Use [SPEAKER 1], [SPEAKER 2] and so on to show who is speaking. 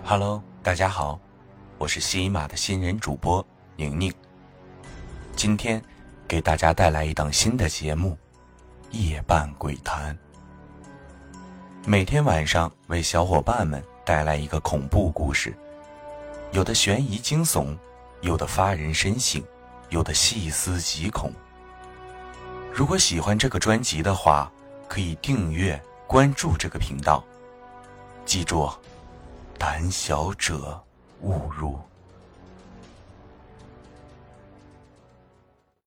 [SPEAKER 1] Hello， 大家好，我是喜马的新人主播宁宁。今天给大家带来一档新的节目《夜半鬼谈》，每天晚上为小伙伴们带来一个恐怖故事，有的悬疑惊悚，有的发人深省，有的细思极恐。如果喜欢这个专辑的话，可以订阅关注这个频道，记住，胆小者勿入。